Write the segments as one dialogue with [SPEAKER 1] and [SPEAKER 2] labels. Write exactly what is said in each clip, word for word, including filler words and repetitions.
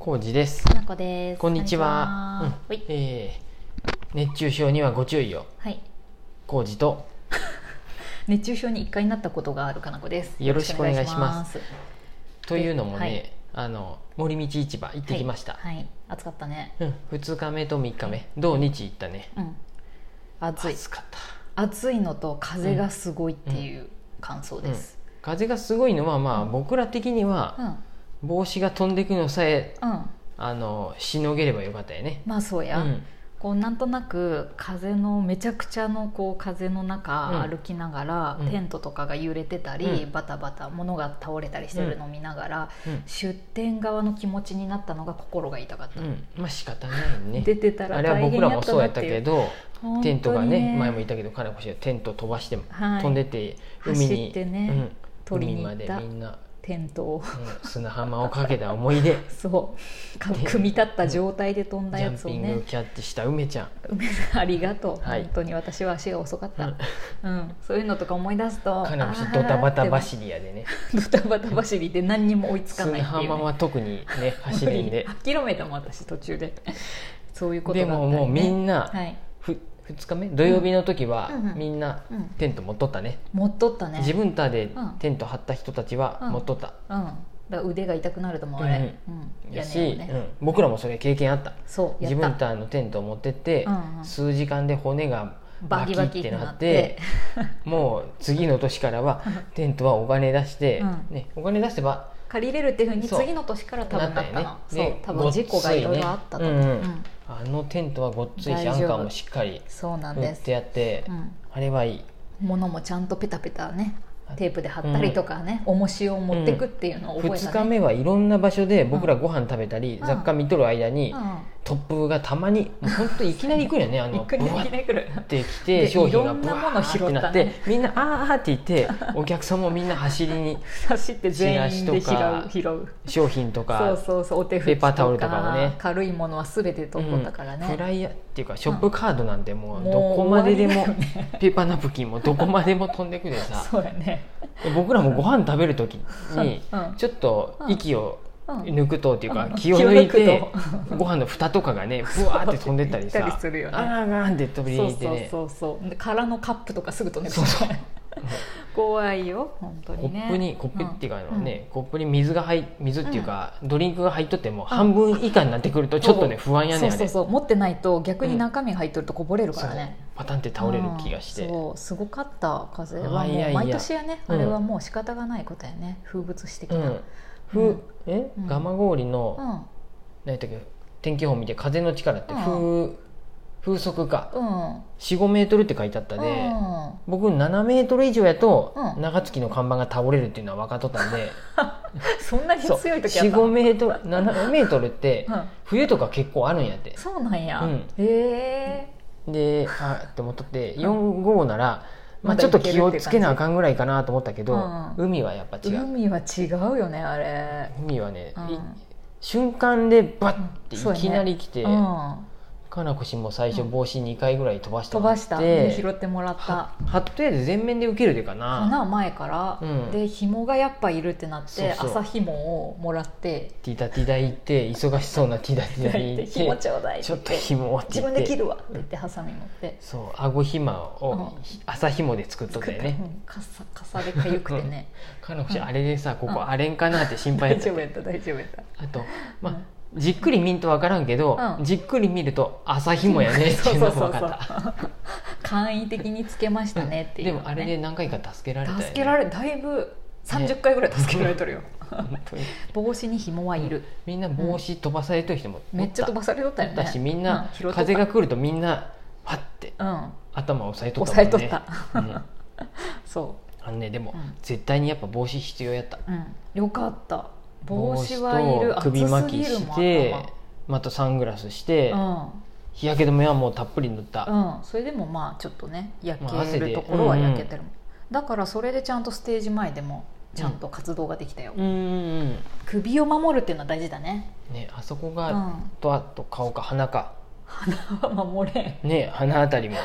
[SPEAKER 1] 浩二です。
[SPEAKER 2] なこです。
[SPEAKER 1] こんにちは。うん
[SPEAKER 2] はい、
[SPEAKER 1] えー、熱中症にはご注意を。
[SPEAKER 2] はい。
[SPEAKER 1] 浩二と
[SPEAKER 2] 熱中症に一回なったことがあるかなこです。
[SPEAKER 1] よろしくお願いします。というのもね、
[SPEAKER 2] はい、
[SPEAKER 1] あの森道市場行ってきました。
[SPEAKER 2] はい。はい、暑かったね。
[SPEAKER 1] うん、ふつかめとみっかめ、土日行ったね。
[SPEAKER 2] うん。暑い。
[SPEAKER 1] 暑かった。
[SPEAKER 2] 暑いのと風がすごいっていう感想です。
[SPEAKER 1] うんうん、風がすごいのはまあ、うん、僕ら的には。うん帽子が飛んでくのさえ、うん、あのしのげればよかったよね。
[SPEAKER 2] まあそうや、うん、こうなんとなく風のめちゃくちゃのこう風の中歩きながら、うん、テントとかが揺れてたり、うん、バタバタ物が倒れたりしてるのを見ながら、うん、出店側の気持ちになったのが心が痛かった、うん、
[SPEAKER 1] まあ仕方ないね。
[SPEAKER 2] 出てたら大変やったなっていう。
[SPEAKER 1] あれは僕らもそうやったけど、テントがね前も言ったけど金子氏がテント飛ばして、はい、飛んでて海に
[SPEAKER 2] 走ってね、うん、取りに行った
[SPEAKER 1] 海までみんな
[SPEAKER 2] テントを、
[SPEAKER 1] うん、砂浜をかけた思い出
[SPEAKER 2] そう組み立った状態で飛んだやつをね、
[SPEAKER 1] ジャンピングキャッチした梅ちゃん
[SPEAKER 2] 梅ありがとう、はい、本当に私は足が遅かった、うんうん、そういうのとか思い出すと
[SPEAKER 1] かなりドタバタ走りやでね
[SPEAKER 2] ドタバタ走りで何にも追いつかないっていう、ね、
[SPEAKER 1] 砂浜は特にね走りんで
[SPEAKER 2] 諦めたもん私途中でそういうことだったり、ね、
[SPEAKER 1] でももうみんな、はいふふつかめ土曜日の時は、
[SPEAKER 2] うん、
[SPEAKER 1] みんなテント持っとったね、
[SPEAKER 2] 持っとったね。
[SPEAKER 1] 自分たでテント張った人たちは持っとった、
[SPEAKER 2] うんうん、だから腕が痛くなると思うあれ、うん
[SPEAKER 1] うん、やし、ねうん、僕らもそれ経験あった。
[SPEAKER 2] そう
[SPEAKER 1] 自分たのテントを持ってって、うんうん、数時間で骨がバキってなってもう次の年からはテントはお金出して、うんね、お金出せば
[SPEAKER 2] 借りれるっていうふうに次の年から多分なったの。そう、ね、そう多分事故がいろいろあったと思う、うんうん、
[SPEAKER 1] あのテントはごっついしアンカーもしっかり打ってやって、うん、あれはいい。
[SPEAKER 2] 物もちゃんとペタペタねテープで貼ったりとかね、うん、重しを持ってくっていうのを覚えたね、
[SPEAKER 1] ふつかめはいろんな場所で僕らご飯食べたり、うん、雑貨見とる間に、うん、突風がたまにもう本当いきなり来るよねあのブワッてきて商品がブワーってなって、ね、みんなあーって言ってお客さんもみんな走りに
[SPEAKER 2] 走って全員で拾う拾う
[SPEAKER 1] 商品とか
[SPEAKER 2] そうそうそうお手
[SPEAKER 1] 拭きとかペーパータオルとかもね
[SPEAKER 2] 軽いものは全て取っとったからね、
[SPEAKER 1] うん、フライヤーっていうかショップカードなんてもうどこまででも、うんね、ペーパーナプキンもどこまでも飛んでくるさ
[SPEAKER 2] そうやね
[SPEAKER 1] 僕らもご飯食べる時にちょっと息を抜くとっていうか気を抜いてご飯の蓋とかがねふわーって飛んでったりさ
[SPEAKER 2] するよね、
[SPEAKER 1] あーがーんって飛び入ってね
[SPEAKER 2] そうそうそうそう空のカップとかすぐ飛んでくる怖いよ本当にね。
[SPEAKER 1] コップにコップっていうかね、うん、コップに水が入水っていうか、うん、ドリンクが入っとっても半分以下になってくるとちょっとね不安やねん。
[SPEAKER 2] そうそうそう持ってないと逆に中身が入っとるとこぼれるからね、
[SPEAKER 1] うん、パタンって倒れる気がして、
[SPEAKER 2] うん、そうすごかった風はもう毎年やね、うん、あれはもう仕方がないことやね風物詩的な、うん
[SPEAKER 1] ふうん、え、うん、蒲郡の、うん、何だっけ天気予報見て風の力って風、うん、風速か、うん、よん、ごメートルって書いてあったで、うん、僕ななメートル以上やと、うん、長月の看板が倒れるっていうのは分かっとったんで
[SPEAKER 2] そんなに強い時あったの？
[SPEAKER 1] よん、ごメートルななメートルって、うん、冬とか結構あるんやって。
[SPEAKER 2] そうなんや、うん、へえ
[SPEAKER 1] であって思っとってよん、ごならまあ、ちょっと気をつけなあかんぐらいかなと思ったけど、うん、海はやっぱ違う。
[SPEAKER 2] 海は違うよねあれ。
[SPEAKER 1] 海はね、うん、瞬間でバッていきなり来て、うん、かなこ氏も最初帽子にかいぐらい飛ばしてもらって、
[SPEAKER 2] 飛ばした拾ってもらった。
[SPEAKER 1] ハットやで全面で受けるでかな
[SPEAKER 2] かな前から、うん、で紐がやっぱいるってなってそうそう朝紐をもらって
[SPEAKER 1] ティダティダ行って忙しそうなティダティダに行って
[SPEAKER 2] 紐ちょうだいって
[SPEAKER 1] ちょっと紐を
[SPEAKER 2] 自分で切るわって言ってハサミ持って
[SPEAKER 1] そう顎紐を朝紐で作っとったよね、
[SPEAKER 2] うん、カサカサでかゆくてね
[SPEAKER 1] かなこ氏あれでさここ荒れんかなって心配やった、
[SPEAKER 2] 大丈夫やった大丈夫やった
[SPEAKER 1] あとまあ、うんじっくり見んと分からんけど、うん、じっくり見ると朝日もやねっていうのが分かった
[SPEAKER 2] 簡易的につけましたねっていう、ね、
[SPEAKER 1] でもあれで何回か助けられたよね。
[SPEAKER 2] 助けられだいぶさんじゅっかいぐらい助けられてるよ、ね、帽子に紐はいる、うん、
[SPEAKER 1] みんな帽子飛ばされとる人も、
[SPEAKER 2] うん、めっちゃ飛ばされとったよね。
[SPEAKER 1] だしみんな、うん、風が来るとみんなパッて、うん、頭を押さえとった
[SPEAKER 2] もんね。押さえとった、うん、そう
[SPEAKER 1] あのねでも、うん、絶対にやっぱ帽子必要やった、
[SPEAKER 2] うん、よかった。帽子はいる。
[SPEAKER 1] 首巻きしてまたサングラスして、うん、日焼け止めはもうたっぷり塗った、
[SPEAKER 2] うん、それでもまあちょっとね焼けるところは焼けてる、うんうん、だからそれでちゃんとステージ前でもちゃんと活動ができたよ、うんうんうん、首を守るっていうのは大事だ ね,
[SPEAKER 1] ねあそこが、うん、とあと顔か鼻か
[SPEAKER 2] 鼻は守れん
[SPEAKER 1] ね鼻あたりも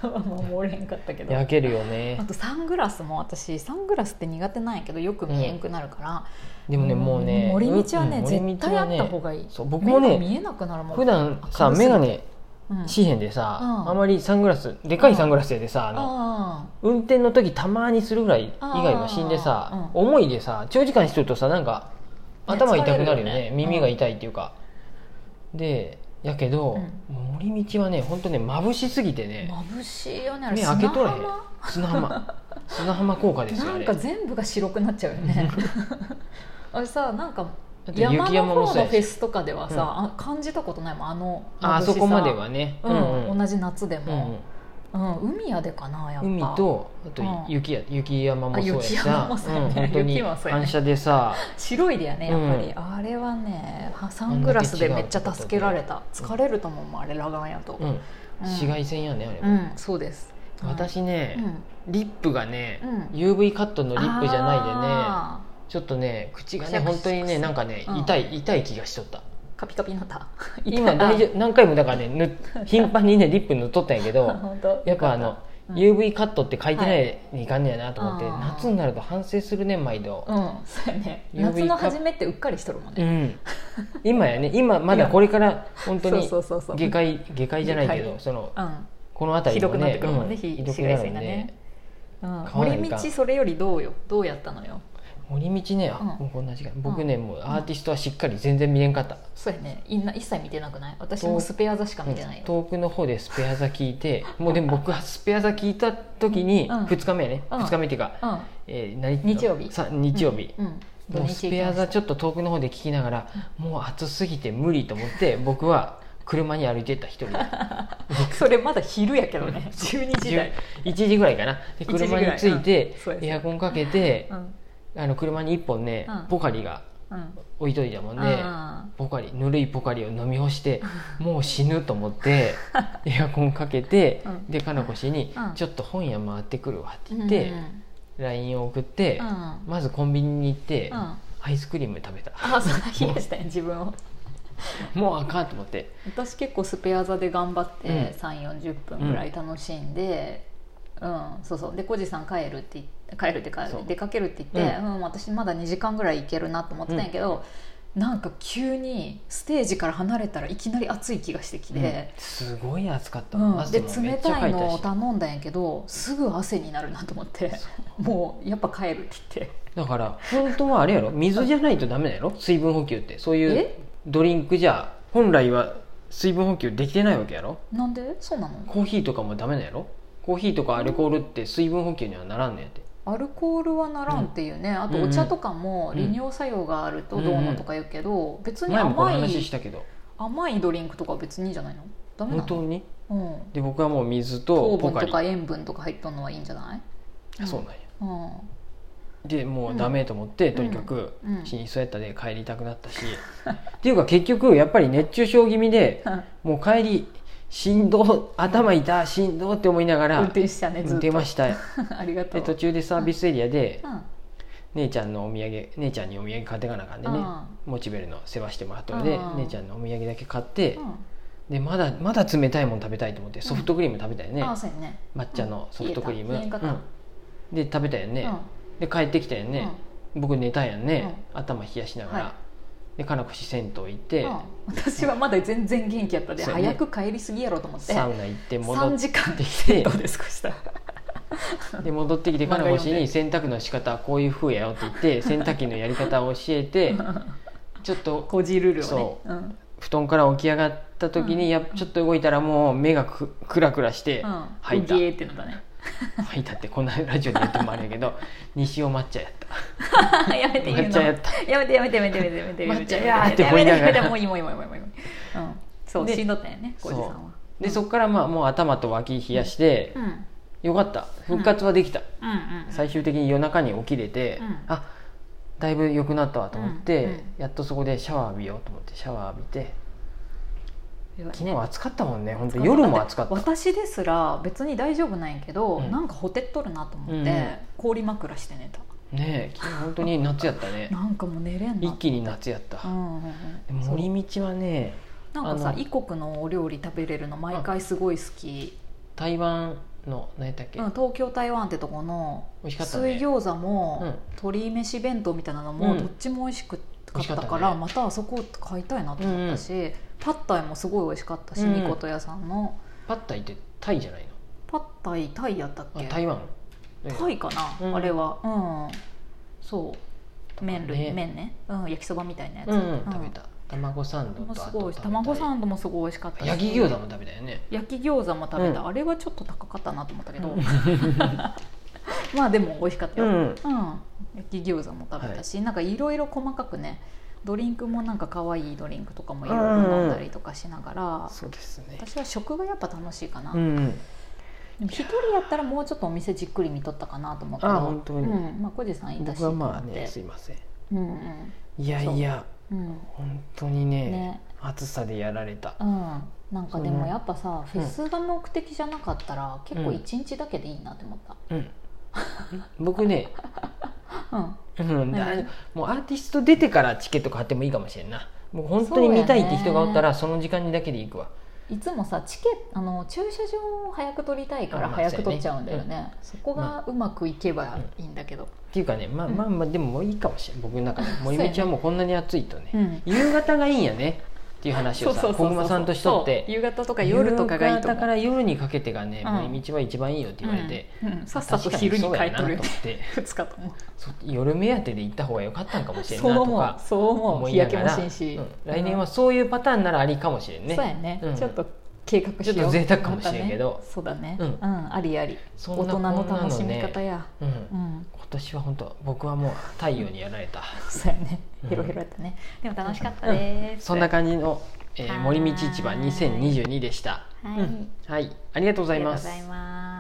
[SPEAKER 2] は守れんかったけど
[SPEAKER 1] 焼けるよね。
[SPEAKER 2] あとサングラスも、私サングラスって苦手なんやけどよく見えんくなるから、
[SPEAKER 1] うん、でもねもうね
[SPEAKER 2] 森道はね、うん、絶対あった方がいい、ね、そう僕もね見えなくなるもん、
[SPEAKER 1] 普段さ眼鏡しへんでさ、うん、あまりサングラスでかいサングラスでさ、うん、あの運転の時たまにするぐらい以外は死んでさ、うん、重いでさ長時間してるとさなんか頭痛くなるよね、ね、耳が痛いっていうか、うん、でやけど、うん、森道はね本当ね眩しすぎてね
[SPEAKER 2] 眩しいよね、あれ
[SPEAKER 1] 目開けとれへん、砂浜砂浜効果ですよ
[SPEAKER 2] なんか全部が白くなっちゃうよねあれさなんか山の方のフェスとかではさ、うん、感じたことないもん、あの
[SPEAKER 1] あそこまではね、
[SPEAKER 2] うんうん、同じ夏でも、うんうん、海やでかなやっぱ
[SPEAKER 1] 海とあと雪や、うん、雪山もそうやしさ、うん、本当に反射でさ
[SPEAKER 2] 白いでやねやっぱり、うん、あれはねサングラスでめっちゃ助けられた、疲れると思うもんあれ裸眼やと、うんうん、
[SPEAKER 1] 紫外線やねあれ、
[SPEAKER 2] うん、そうです、
[SPEAKER 1] 私ね、うん、リップがね、うん、ユーブイ カットのリップじゃないでねちょっとね口がね本当にねなんかね、うん、痛い痛い気がしとった、
[SPEAKER 2] カピカピになった
[SPEAKER 1] 今大丈夫何回もだからねぬ頻繁にねリップ塗っとったんやけどやっぱあの、うん、ユーブイ カットって書いてないにいかんねやなと思って、はい、夏になると反省するね毎度、
[SPEAKER 2] うん、そうやね夏の初めってうっかりしとるもんね、うん、
[SPEAKER 1] 今やね今まだこれから本当に下界下界じゃないけどその、うん、この辺りもね
[SPEAKER 2] ひどくなってくるもんね、うん、紫外線がね、うん、森道それよりどうよどうやったのよ
[SPEAKER 1] 森道ね、あ、うん、もう同じか僕ね、うん、もうアーティストはしっかり全然見れんかった、
[SPEAKER 2] そうやね一切見てなくない？私もスペア座しか見てないよ、
[SPEAKER 1] 遠くの方でスペア座聞いてもうでも僕はスペア座聞いた時に、うん、ふつかめやね、うん、ふつかめっていうか、うんえー、何
[SPEAKER 2] 日曜日
[SPEAKER 1] さ日曜日、うんうん、もうスペア座ちょっと遠くの方で聞きながら、うん、もう暑すぎて無理と思って僕は車に歩いてった一人で
[SPEAKER 2] それまだ昼やけどねじゅうにじ台
[SPEAKER 1] いちじぐらいかなで車に着いて、うん、エアコンかけて、うんあの車にいっぽんね、うん、ポカリが置いといたもんで、うん、ポカリぬるいポカリを飲み干してもう死ぬと思ってエアコンかけて、うん、でかなこ氏に、うん、ちょっと本屋回ってくるわって言って、うん、ライン を送って、うん、まずコンビニに行って、うん、アイスクリーム食べた。
[SPEAKER 2] あそんな冷やしたんや自分を
[SPEAKER 1] もうあかんと思って、
[SPEAKER 2] 私結構スペア座で頑張って、うん、さんじゅうよんじゅっぷんぐらい楽しんで、うん、そうそうで小路さん帰るって言って帰るってか出かけるって言って、うんうん、私まだにじかんぐらい行けるなと思ってたんやけど、うん、なんか急にステージから離れたらいきなり暑い気がしてきて、うん、
[SPEAKER 1] すごい暑かった、
[SPEAKER 2] うん、で冷たいのを頼んだんやけどすぐ汗になるなと思ってもうやっぱ帰るって言って、
[SPEAKER 1] だから本当はあれやろ水じゃないとダメだよ水分補給ってそういうドリンクじゃ本来は水分補給できてないわけやろ。
[SPEAKER 2] なんでそうなの？
[SPEAKER 1] コーヒーとかもダメなんやろ。コーヒーとかアルコールって水分補給にはならんねんやて。
[SPEAKER 2] アルコールはならんっていうね、うん、あとお茶とかも利尿作用があるとどうのとか言うけど、うん、別に甘い話したけど甘いドリンクとかは別にいいんじゃないの？ダメなの？
[SPEAKER 1] 本当に、
[SPEAKER 2] うん、
[SPEAKER 1] で僕はもう水と
[SPEAKER 2] ポカリ糖分とか塩分とか入っとんのはいいんじゃない？
[SPEAKER 1] うん、そうなんや、うん、でもうダメと思って、うん、とにかく死にそうやったで帰りたくなったし、うん、っていうか結局やっぱり熱中症気味でもう帰り振動頭痛振動って思いながら
[SPEAKER 2] 運転したねずっと
[SPEAKER 1] 運転ました
[SPEAKER 2] ありがとう。
[SPEAKER 1] で途中でサービスエリアで、うん、姉ちゃんのお土産姉ちゃんにお土産買ってかなあかんでね、うん、モチベルの世話してもらったので、うん、姉ちゃんのお土産だけ買って、うん、でまだまだ冷たいもの食べたいと思ってソフトクリーム食べたよね、うん、
[SPEAKER 2] あそうやね
[SPEAKER 1] 抹茶のソフトクリーム、
[SPEAKER 2] うん、
[SPEAKER 1] で食べたよね、うん、で帰ってきたよね、うん、僕寝たんやんね、うん、頭冷やしながら、はいでかなこし銭湯行って、うん、
[SPEAKER 2] 私はまだ全然元気やったで、ね、早く帰りすぎやろうと思って
[SPEAKER 1] サウナ行って戻ってきてさんじかん
[SPEAKER 2] 銭湯で過ごした
[SPEAKER 1] で戻ってきてかなこしに洗濯の仕方はこういう風やよって言って洗濯機のやり方を教えてちょっと
[SPEAKER 2] こじルールをね
[SPEAKER 1] そう、うん、布団から起き上がった時に、うん、やちょっと動いたらもう目がくクラクラして、うん、吐いた
[SPEAKER 2] ゲーってのだね
[SPEAKER 1] 吐いたってこんなラジオで言ってもあるけど西尾抹茶やった
[SPEAKER 2] やめて言うの
[SPEAKER 1] 抹茶やった
[SPEAKER 2] やめてやめてやめてやめてやめて
[SPEAKER 1] 抹茶やーって思いながら
[SPEAKER 2] もういいもういいもういいもういい、うん、そうしんどったんやね小路さんは。
[SPEAKER 1] でそっからまあもう頭と脇冷やして、うん、よかった復活はできた、うんうんうん、最終的に夜中に起きれて、うん、あだいぶ良くなったわと思って、うんうん、やっとそこでシャワー浴びようと思ってシャワー浴びて昨日暑かったもんね本当夜も暑かった。
[SPEAKER 2] 私ですら別に大丈夫なんやけど、うん、なんかほてっとるなと思って、うん、氷枕して寝た
[SPEAKER 1] ねえ昨日本当に夏やったね
[SPEAKER 2] なんかもう寝れんな
[SPEAKER 1] 一気に夏やった、うんうんうん、森道はね
[SPEAKER 2] なんかさ異国のお料理食べれるの毎回すごい好き。
[SPEAKER 1] 台湾の何やったっけ、
[SPEAKER 2] うん、東京台湾ってとこの
[SPEAKER 1] 美味しかったね
[SPEAKER 2] 水餃子も、
[SPEAKER 1] うん
[SPEAKER 2] 鶏飯弁当みたいなのも、
[SPEAKER 1] うん
[SPEAKER 2] どっちも美味しかった
[SPEAKER 1] 美味しか
[SPEAKER 2] から、
[SPEAKER 1] ったね
[SPEAKER 2] またあそこ買いたいなと思ったし、パッタイもすごい美味しかったし、
[SPEAKER 1] うん
[SPEAKER 2] ニコト屋さんの
[SPEAKER 1] パッタイってタイじゃないの？
[SPEAKER 2] パッタイタイやったっけ？
[SPEAKER 1] あ台湾
[SPEAKER 2] タイかな、
[SPEAKER 1] うん、
[SPEAKER 2] あれはうんそう麺類、ね、麺ね、うん、焼きそばみたいなやつ、
[SPEAKER 1] うんうん、食べた卵サンドと
[SPEAKER 2] すごい卵サンドもすごい美味しかったし、
[SPEAKER 1] 焼き餃子も食べたよね。
[SPEAKER 2] 焼き餃子も食べた、うん、あれはちょっと高かったなと思ったけど、うん、まあでも美味しかったよ、うんうん、焼き餃子も食べたし、はい、なんかいろいろ細かくね、ドリンクもなんか可愛いドリンクとかもいろいろ飲んだりとかしながら、うん、
[SPEAKER 1] そうですね、
[SPEAKER 2] 私は食がやっぱ楽しいかな、
[SPEAKER 1] うん、
[SPEAKER 2] でも一人やったらもうちょっとお店じっくり見とったかなと思ったけど、
[SPEAKER 1] あ本当に、うん、
[SPEAKER 2] まあ、小路さんいたし、
[SPEAKER 1] 僕はまあねすいません、
[SPEAKER 2] うんうん、
[SPEAKER 1] いやいや、うん、本当に ね,
[SPEAKER 2] ね
[SPEAKER 1] 暑さでやられた、
[SPEAKER 2] うん、なんかでもやっぱさ、フェスが目的じゃなかったら、結構一日だけでいいなって思った、
[SPEAKER 1] うん、僕ね
[SPEAKER 2] うん
[SPEAKER 1] うん、もうアーティスト出てからチケット買ってもいいかもしれんな。もう本当に見たいって人がおったら そ,、ね、その時間にだけで行くわ。
[SPEAKER 2] いつもさチケあの駐車場を早く取りたいから早く取っちゃうんだよね、まあ そ, ねうん、そこがうまくいけばいいんだけど、うん、
[SPEAKER 1] っていうかね、まあまあまあでももういいかもしれない、僕の中で森道はもうこんなに暑いとね、
[SPEAKER 2] うん、
[SPEAKER 1] 夕方がいいんやねっていう話をさ小熊さんとしとって、
[SPEAKER 2] 夕方とか夜とかがいいと思う。
[SPEAKER 1] 夕方から夜にかけてがね、うん、森道は一番いいよって言われて、
[SPEAKER 2] うんうん、さっさと昼に帰っとるってふつかとも
[SPEAKER 1] 夜目当てで行った方が良かったんかもしれんなとか
[SPEAKER 2] そう思う、日焼けもしんし、
[SPEAKER 1] うん、来年はそういうパターンならありかもしれんね。
[SPEAKER 2] そうやね、うん、ちょっと計画しよう。
[SPEAKER 1] ちょっと贅沢かもしれんけど、
[SPEAKER 2] ね、そうだね、
[SPEAKER 1] うん
[SPEAKER 2] うん、ありあり大人の楽しみ方や、
[SPEAKER 1] うんうん、今年は本当僕はもう太陽にやられた
[SPEAKER 2] そうやね、ヘロヘロやったね、でも楽しかったです、
[SPEAKER 1] うん、そんな感じの、えー、森道市場にせんにじゅうにでした。
[SPEAKER 2] はい、うん、
[SPEAKER 1] はい、ありがとうございます。
[SPEAKER 2] ありがとうございます。